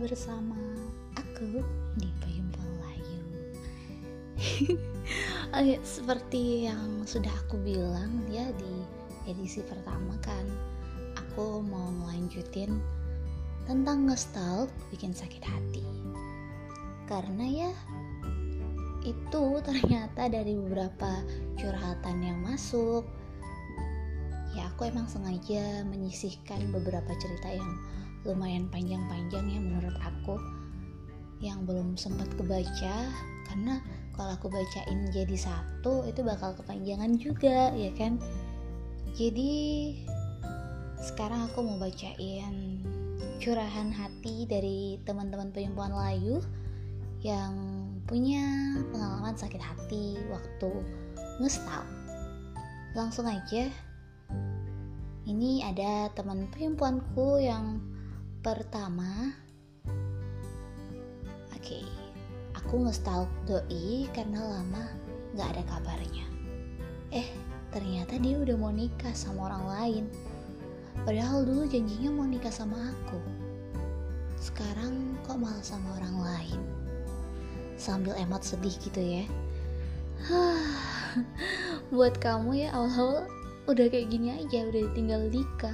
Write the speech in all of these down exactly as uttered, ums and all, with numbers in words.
bersama aku di Payung Layu. Oke, seperti yang sudah aku bilang ya di edisi pertama kan, aku mau melanjutin tentang ngestalk bikin sakit hati. Karena ya itu ternyata dari beberapa curhatan yang masuk, ya aku emang sengaja menyisihkan beberapa cerita yang lumayan panjang-panjang ya menurut aku, yang belum sempat kebaca, karena kalau aku bacain jadi satu itu bakal kepanjangan juga ya kan. Jadi sekarang aku mau bacain curahan hati dari teman-teman Perempuan Layu yang punya pengalaman sakit hati waktu ngestalk. Langsung aja. Ini ada teman perempuanku yang pertama. Oke, aku ngestalk doi karena lama gak ada kabarnya. Eh, ternyata dia udah mau nikah sama orang lain. Padahal dulu janjinya mau nikah sama aku. Sekarang kok malah sama orang lain. Sambil emot sedih gitu ya. Buat kamu ya awal-awal udah kayak gini aja, udah tinggal nikah.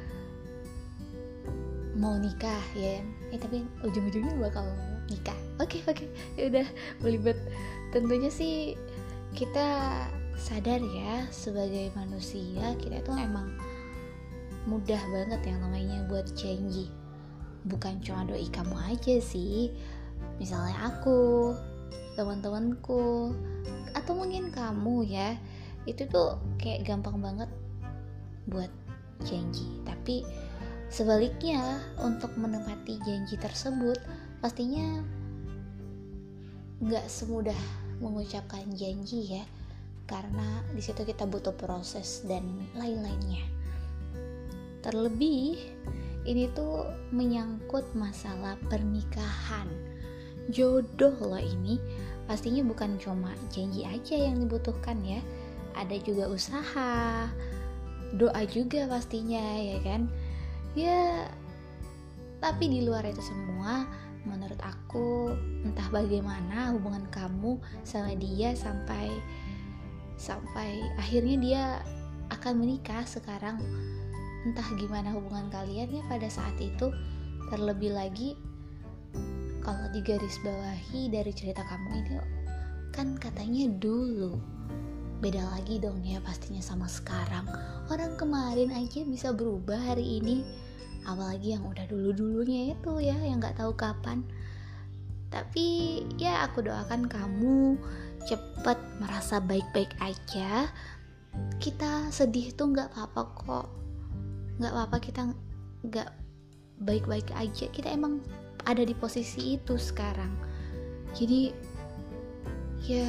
Mau nikah ya, eh tapi ujung-ujungnya bakal nikah. Oke okay, oke, okay. Ya udah belibet. Tentunya sih kita sadar ya sebagai manusia, kita tuh emang mudah banget yang namanya buat janji. Bukan cuma doi kamu aja sih, misalnya aku, teman-temanku, atau mungkin kamu ya, itu tuh kayak gampang banget buat janji. Tapi sebaliknya, untuk menepati janji tersebut pastinya gak semudah mengucapkan janji ya, karena disitu kita butuh proses dan lain-lainnya. Terlebih ini tuh menyangkut masalah pernikahan, jodoh loh ini. Pastinya bukan cuma janji aja yang dibutuhkan ya, ada juga usaha, doa juga pastinya ya kan. Ya, tapi di luar itu semua, menurut aku entah bagaimana hubungan kamu sama dia sampai sampai akhirnya dia akan menikah sekarang. Entah gimana hubungan kalian ya pada saat itu. Terlebih lagi kalau digarisbawahi dari cerita kamu ini, kan katanya dulu. Beda lagi dong ya pastinya sama sekarang. Orang kemarin aja bisa berubah hari ini, apalagi yang udah dulu-dulunya itu ya, yang gak tahu kapan. Tapi ya aku doakan kamu cepet merasa baik-baik aja. Kita sedih tuh gak apa-apa kok, gak apa-apa kita gak baik-baik aja. Kita emang ada di posisi itu sekarang. Jadi ya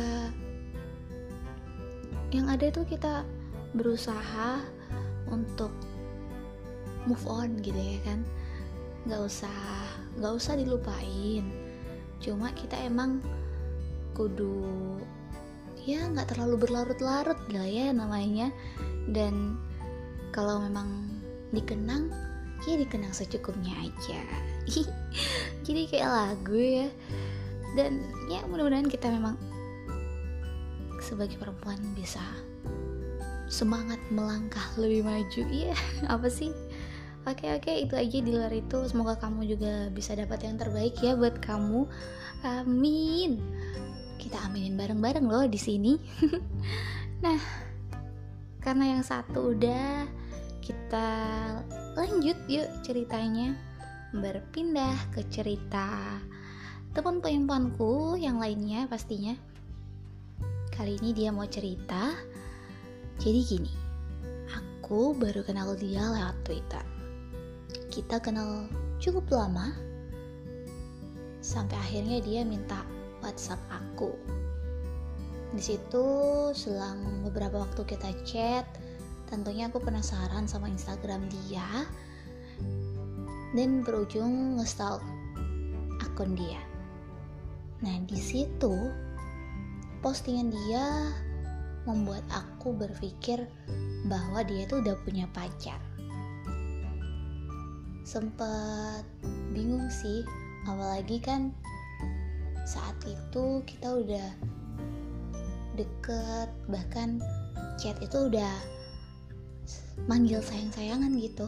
yang ada tuh kita berusaha untuk move on gitu ya kan. Gak usah Gak usah dilupain. Cuma kita emang kudu ya gak terlalu berlarut-larut lah ya namanya. Dan kalau memang dikenang, ya dikenang secukupnya aja. Jadi kayak lagu ya. Dan ya mudah-mudahan kita memang sebagai perempuan bisa semangat melangkah lebih maju. Iya, apa sih? Oke oke, itu aja. Di luar itu semoga kamu juga bisa dapat yang terbaik ya buat kamu. Amin. Kita aminin bareng-bareng loh di sini. Nah, karena yang satu udah, kita lanjut yuk ceritanya. Berpindah ke cerita teman perempuanku yang lainnya pastinya. Kali ini dia mau cerita. Jadi gini, aku baru kenal dia lewat Twitter. Kita kenal cukup lama, sampai akhirnya dia minta WhatsApp aku. Di situ selang beberapa waktu kita chat, tentunya aku penasaran sama Instagram dia dan berujung ngestalk akun dia. Nah, di situ postingan dia membuat aku berpikir bahwa dia tuh udah punya pacar. Sempet bingung sih Apalagi kan saat itu kita udah deket, bahkan chat itu udah manggil sayang-sayangan gitu.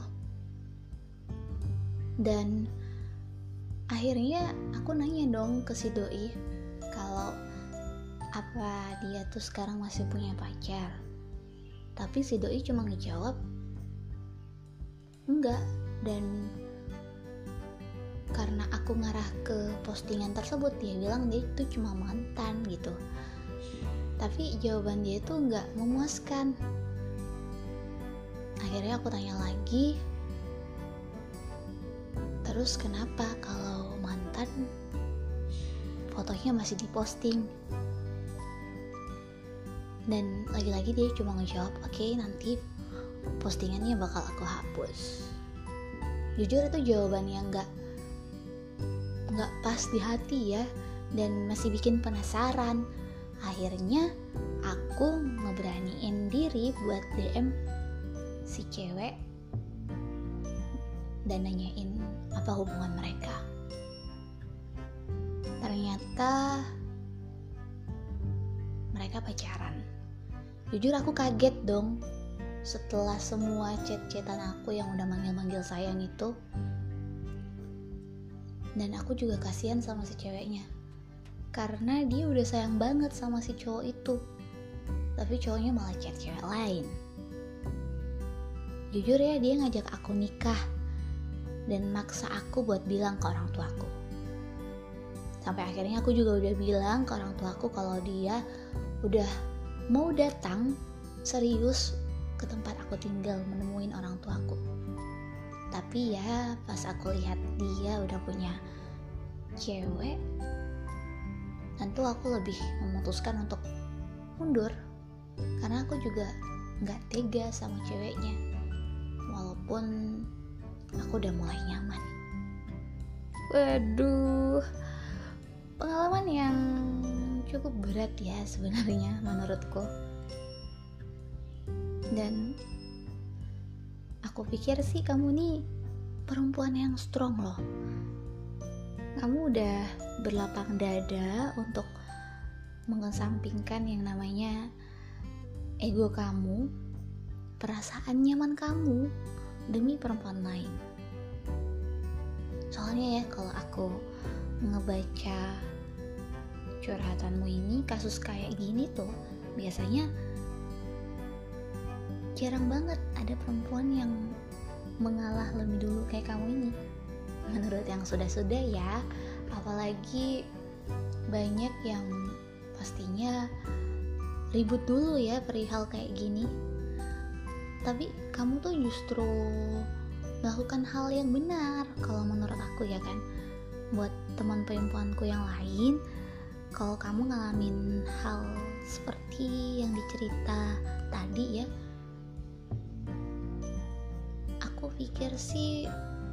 Dan akhirnya aku nanya dong ke si doi kalau apa dia tuh sekarang masih punya pacar. Tapi si doi cuma ngejawab enggak. Dan karena aku ngarah ke postingan tersebut, dia bilang dia itu cuma mantan gitu. Tapi jawaban dia itu enggak memuaskan. Akhirnya aku tanya lagi, terus kenapa kalau mantan fotonya masih diposting? Dan lagi-lagi dia cuma ngejawab, oke okay, nanti postingannya bakal aku hapus. Jujur itu jawaban yang gak gak pas di hati ya, dan masih bikin penasaran. Akhirnya aku ngeberaniin diri buat D M si cewek dan nanyain apa hubungan mereka. Ternyata mereka pacaran. Jujur aku kaget dong setelah semua chat-chatan aku yang udah manggil-manggil sayang itu. Dan aku juga kasihan sama si ceweknya, karena dia udah sayang banget sama si cowok itu, tapi cowoknya malah chat cewek lain. Jujur ya, dia ngajak aku nikah dan maksa aku buat bilang ke orang tuaku. Sampai akhirnya aku juga udah bilang ke orang tuaku kalau dia udah mau datang serius ke tempat aku tinggal menemuin orang tuaku. Tapi ya pas aku lihat dia udah punya cewek, tentu aku lebih memutuskan untuk mundur, karena aku juga gak tega sama ceweknya, walaupun aku udah mulai nyaman. Waduh, pengalaman yang cukup berat ya sebenarnya menurutku. Dan aku pikir sih kamu nih perempuan yang strong loh. Kamu udah berlapang dada untuk mengesampingkan yang namanya ego kamu, perasaan nyaman kamu demi perempuan lain. Soalnya ya kalau aku ngebaca curhatanmu ini, kasus kayak gini tuh biasanya jarang banget ada perempuan yang mengalah lebih dulu kayak kamu ini. Menurut yang sudah-sudah ya, apalagi banyak yang pastinya ribut dulu ya perihal kayak gini. Tapi kamu tuh justru melakukan hal yang benar kalau menurut aku ya kan. Buat teman perempuanku yang lain, kalau kamu ngalamin hal seperti yang dicerita tadi ya, aku pikir sih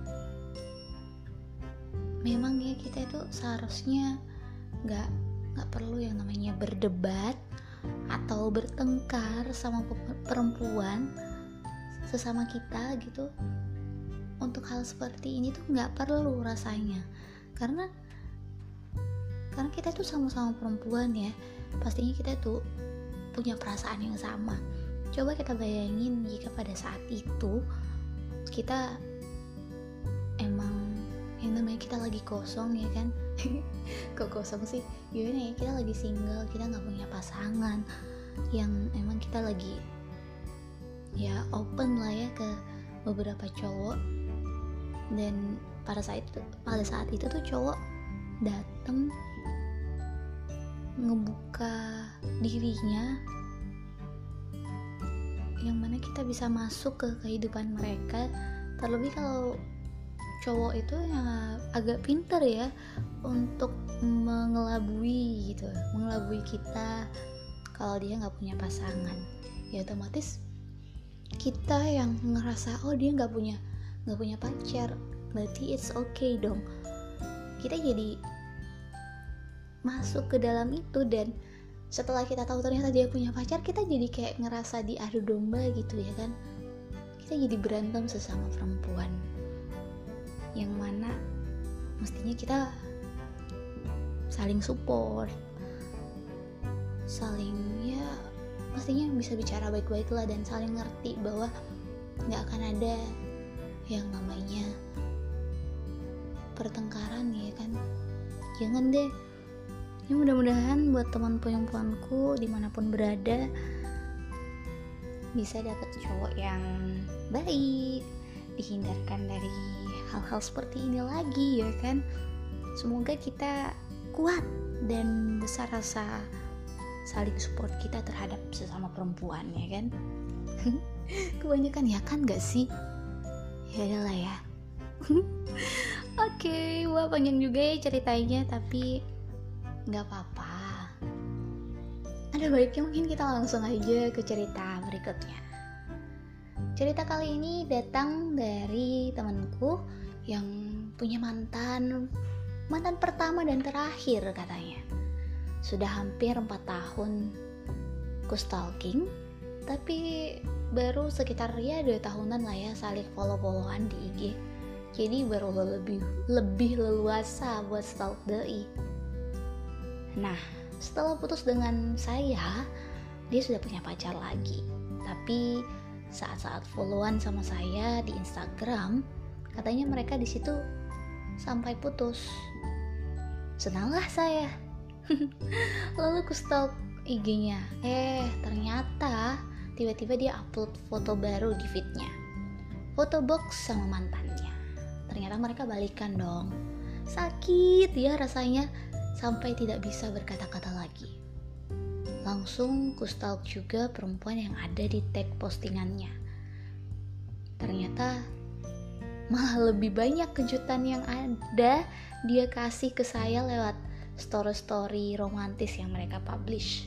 memang ya kita itu seharusnya gak, gak perlu yang namanya berdebat atau bertengkar sama perempuan sesama kita gitu. Untuk hal seperti ini tuh gak perlu rasanya, karena karena kita tuh sama-sama perempuan ya, pastinya kita tuh punya perasaan yang sama. Coba kita bayangin jika pada saat itu kita emang yang namanya kita lagi kosong ya kan. Kok kosong sih, gimana ya, kita lagi single, kita gak punya pasangan, yang emang kita lagi ya open lah ya ke beberapa cowok. Dan pada saat itu pada saat itu tuh cowok dateng ngebuka dirinya, yang mana kita bisa masuk ke kehidupan mereka. Terlebih kalau cowok itu yang agak pintar ya untuk mengelabui gitu, mengelabui kita kalau dia nggak punya pasangan. Ya otomatis kita yang ngerasa oh dia nggak punya nggak punya pacar, berarti it's okay dong. Kita jadi masuk ke dalam itu, dan setelah kita tahu ternyata dia punya pacar, kita jadi kayak ngerasa diadu domba gitu ya kan. Kita jadi berantem sesama perempuan, yang mana mestinya kita saling support, saling ya pastinya bisa bicara baik-baik lah, dan saling ngerti bahwa nggak akan ada yang namanya pertengkaran ya kan. Jangan deh ya, mudah-mudahan buat teman perempuanku dimanapun berada bisa dapat cowok yang baik, dihindarkan dari hal-hal seperti ini lagi ya kan. Semoga kita kuat dan besar rasa saling support kita terhadap sesama perempuan ya kan. Kebanyakan ya kan gak sih? Ya udahlah ya. Oke, okay, wah panjang juga ya ceritanya, tapi gak apa-apa. Ada baiknya mungkin kita langsung aja ke cerita berikutnya. Cerita kali ini datang dari temanku yang punya mantan mantan pertama dan terakhir katanya. Sudah hampir empat tahun ku stalking, tapi baru sekitar ya dua tahunan lah ya saling follow-followan di I G. Jadi baru lebih lebih leluasa buat stalk doi. Nah, setelah putus dengan saya, dia sudah punya pacar lagi. Tapi saat-saat followan sama saya di Instagram, katanya mereka di situ sampai putus. Senanglah saya. Lalu ku stalk I G-nya. Eh, ternyata tiba-tiba dia upload foto baru di feed-nya. Foto box sama mantannya. Ternyata mereka balikan dong. Sakit ya rasanya, sampai tidak bisa berkata-kata lagi. Langsung ku stalk juga perempuan yang ada di tag postingannya. Ternyata malah lebih banyak kejutan yang ada dia kasih ke saya lewat story-story romantis yang mereka publish.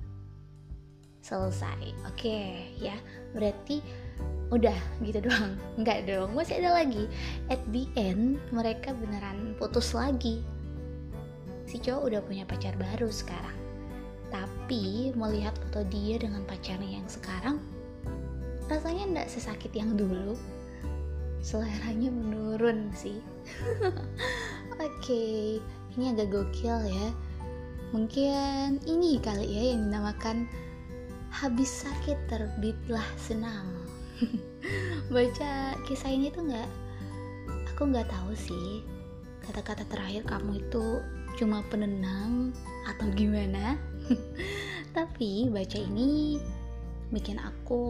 Selesai. Oke, ya. Berarti udah gitu doang. Enggak dong, masih ada lagi. At the end mereka beneran putus lagi. Si cowok udah punya pacar baru sekarang. Tapi melihat foto dia dengan pacarnya yang sekarang, rasanya enggak sesakit yang dulu. Seleranya menurun sih. Oke, okay, ini agak gokil ya. Mungkin ini kali ya yang dinamakan habis sakit terbitlah senang. Baca kisah ini tuh nggak, aku nggak tahu sih kata-kata terakhir kamu itu cuma penenang atau gimana. Tapi baca ini bikin aku,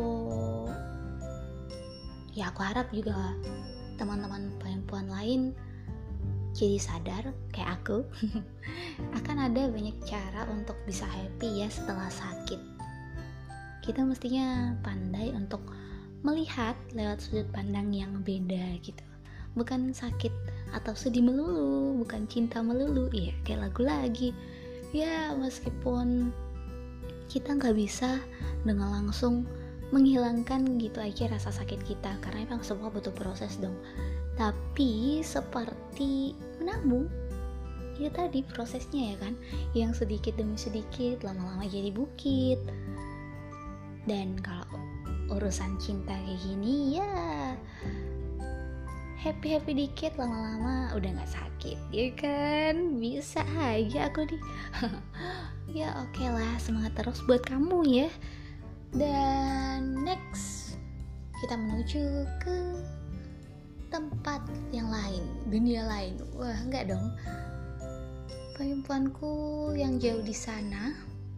ya aku harap juga teman-teman perempuan lain jadi sadar kayak aku. Akan ada banyak cara untuk bisa happy ya setelah sakit. Kita mestinya pandai untuk melihat lewat sudut pandang yang beda gitu. Bukan sakit atau sedih melulu, bukan cinta melulu, iya kayak lagu lagi. Ya meskipun kita nggak bisa dengan langsung menghilangkan gitu aja rasa sakit kita, karena emang semua butuh proses dong. Tapi seperti menabung, ya tadi prosesnya ya kan, yang sedikit demi sedikit lama-lama jadi bukit. Dan kalau urusan cinta kayak gini ya happy-happy dikit, lama-lama udah gak sakit ya kan. Bisa aja aku nih. Ya oke okay lah, semangat terus buat kamu ya. Dan next kita menuju ke tempat yang lain, dunia lain. Wah enggak dong, perempuanku yang jauh di sana,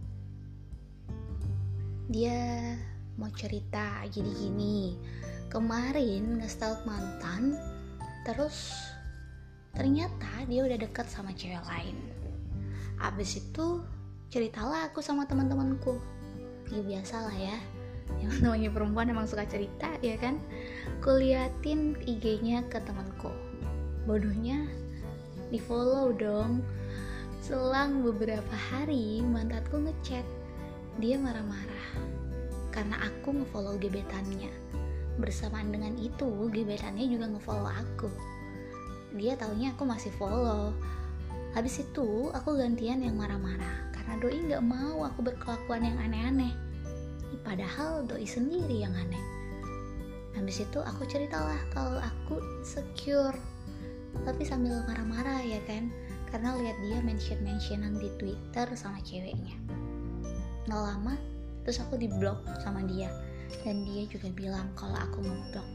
dia mau cerita. Jadi gini, kemarin nge-stalk mantan, terus ternyata dia udah deket sama cewek lain. Abis itu ceritalah aku sama teman-temanku. Ya biasalah ya, yang namanya perempuan emang suka cerita ya kan. Kuliatin I G-nya ke temanku. Bodohnya di follow dong. Selang beberapa hari mantanku ngechat, dia marah-marah karena aku ngefollow gebetannya. Bersamaan dengan itu gebetannya juga ngefollow aku. Dia taunya aku masih follow. Habis itu aku gantian yang marah-marah karena doi gak mau aku berkelakuan yang aneh-aneh. Padahal doi sendiri yang aneh. Habis itu aku ceritalah kalau aku insecure tapi sambil marah-marah ya kan, karena lihat dia mention-mentionan di Twitter sama ceweknya. Nggak lama terus aku diblok sama dia, dan dia juga bilang kalau aku ngeblok.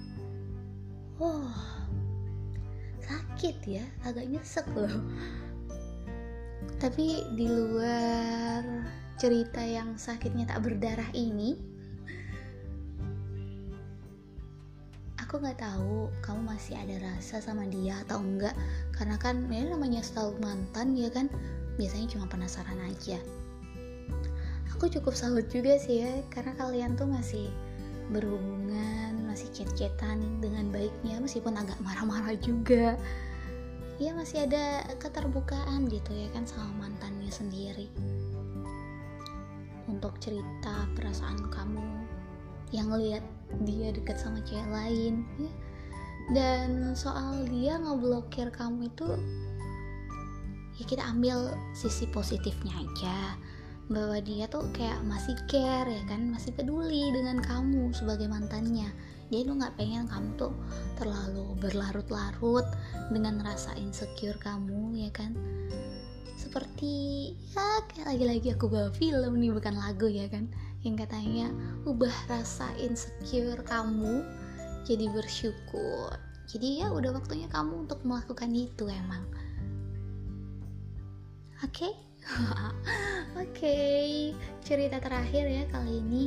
Wow, sakit ya, agak nyesek loh. Tapi di luar cerita yang sakitnya tak berdarah ini, aku nggak tahu kamu masih ada rasa sama dia atau enggak, karena kan ya namanya stalk mantan ya kan, biasanya cuma penasaran aja. Aku cukup salut juga sih ya, karena kalian tuh masih berhubungan, masih chat-chatan dengan baiknya, meskipun agak marah-marah juga ya, masih ada keterbukaan gitu ya kan sama mantannya sendiri untuk cerita perasaan kamu yang lihat dia dekat sama cewek lain ya. Dan soal dia ngeblokir kamu itu, ya kita ambil sisi positifnya aja, bahwa dia tuh kayak masih care ya kan, masih peduli dengan kamu sebagai mantannya. Dia tuh nggak pengen kamu tuh terlalu berlarut-larut dengan rasa insecure kamu ya kan. Seperti ya kayak lagi-lagi aku bawa film nih, bukan lagu ya kan, yang katanya ubah rasa insecure kamu jadi bersyukur. Jadi ya udah waktunya kamu untuk melakukan itu emang. Oke? Okay? Oke, okay. Cerita terakhir ya kali ini.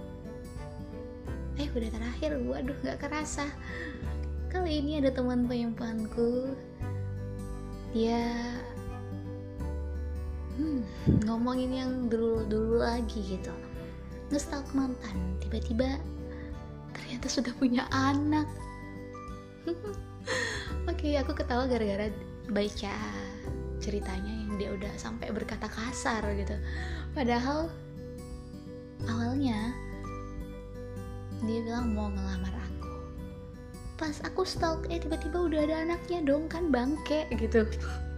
Eh udah terakhir, waduh gak kerasa. Kali ini ada teman penyimpanku. Dia hmm, ngomongin yang dulu-dulu lagi gitu, nge-stalk mantan, tiba-tiba ternyata sudah punya anak. Oke, okay, aku ketawa gara-gara baca ceritanya yang dia udah sampai berkata kasar gitu. Padahal awalnya dia bilang mau ngelamar aku, pas aku stalk eh tiba-tiba udah ada anaknya dong, kan bangke gitu.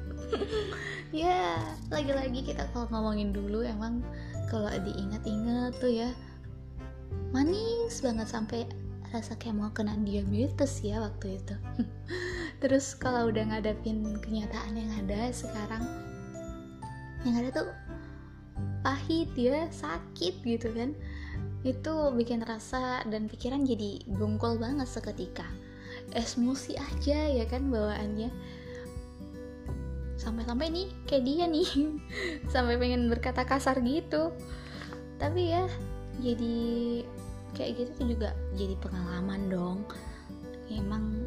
Ya lagi-lagi kita kalau ngomongin dulu emang kalau diingat-ingat tuh ya manis banget, sampai rasa kayak mau kena diabetes ya waktu itu. Terus kalau udah ngadapin kenyataan yang ada sekarang, yang ada tuh pahit ya, sakit gitu kan. Itu bikin rasa dan pikiran jadi gongkol banget seketika, emosi aja ya kan bawaannya. Sampai-sampai nih kayak dia nih sampai pengen berkata kasar gitu. Tapi ya jadi kayak gitu tuh juga jadi pengalaman dong, emang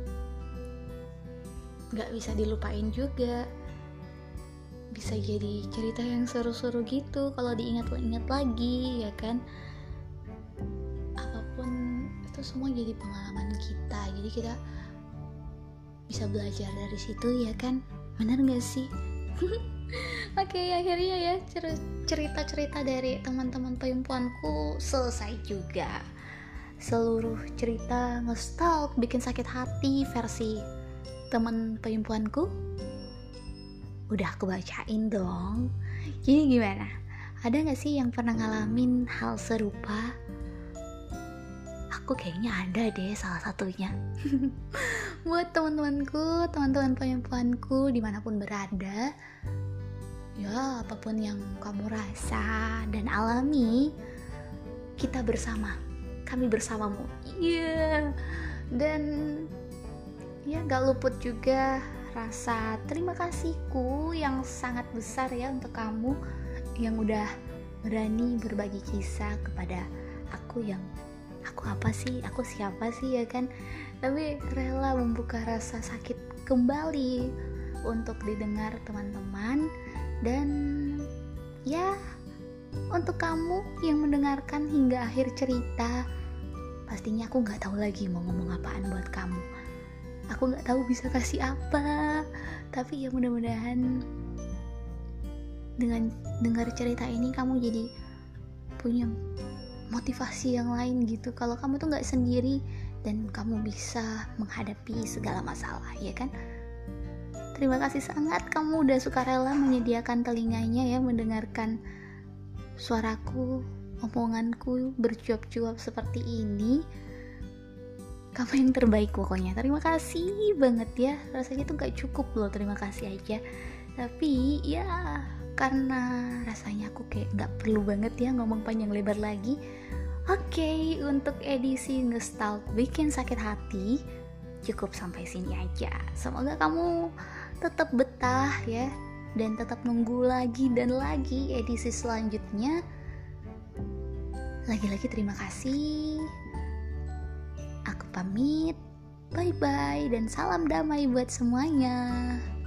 gak bisa dilupain juga, bisa jadi cerita yang seru-seru gitu kalau diingat-ingat lagi ya kan. Apapun itu semua jadi pengalaman kita, jadi kita bisa belajar dari situ ya kan, benar gak sih? Oke, okay, akhirnya ya cerita-cerita dari teman-teman perempuanku selesai juga. Seluruh cerita nge-stalk bikin sakit hati versi teman perempuanku udah aku bacain dong. Jadi gimana? Ada gak sih yang pernah ngalamin hal serupa? Aku kayaknya ada deh salah satunya. Buat teman-temanku, teman-teman perempuanku dimanapun berada, ya apapun yang kamu rasa dan alami, kita bersama, kami bersamamu. Iya yeah. Dan ya gak luput juga rasa terima kasihku yang sangat besar ya untuk kamu yang udah berani berbagi kisah kepada aku yang aku apa sih, aku siapa sih ya kan, tapi rela membuka rasa sakit kembali untuk didengar teman-teman. Dan ya untuk kamu yang mendengarkan hingga akhir cerita, pastinya aku gak tahu lagi mau ngomong apaan buat kamu, aku gak tahu bisa kasih apa, tapi ya mudah-mudahan dengan dengar cerita ini kamu jadi punya motivasi yang lain gitu, kalau kamu tuh gak sendiri dan kamu bisa menghadapi segala masalah ya kan. Terima kasih sangat kamu udah sukarela menyediakan telinganya ya mendengarkan suaraku, omonganku bercuap-cuap seperti ini. kamu yang terbaik pokoknya. Terima kasih banget ya. Rasanya tuh gak cukup loh terima kasih aja. Tapi ya karena rasanya aku kayak gak perlu banget ya ngomong panjang lebar lagi. Oke, okay, untuk edisi Ngestalk bikin sakit hati cukup sampai sini aja. Semoga kamu tetap betah ya, dan tetap nunggu lagi dan lagi edisi selanjutnya. Lagi-lagi terima kasih. Aku pamit. Bye-bye dan salam damai buat semuanya.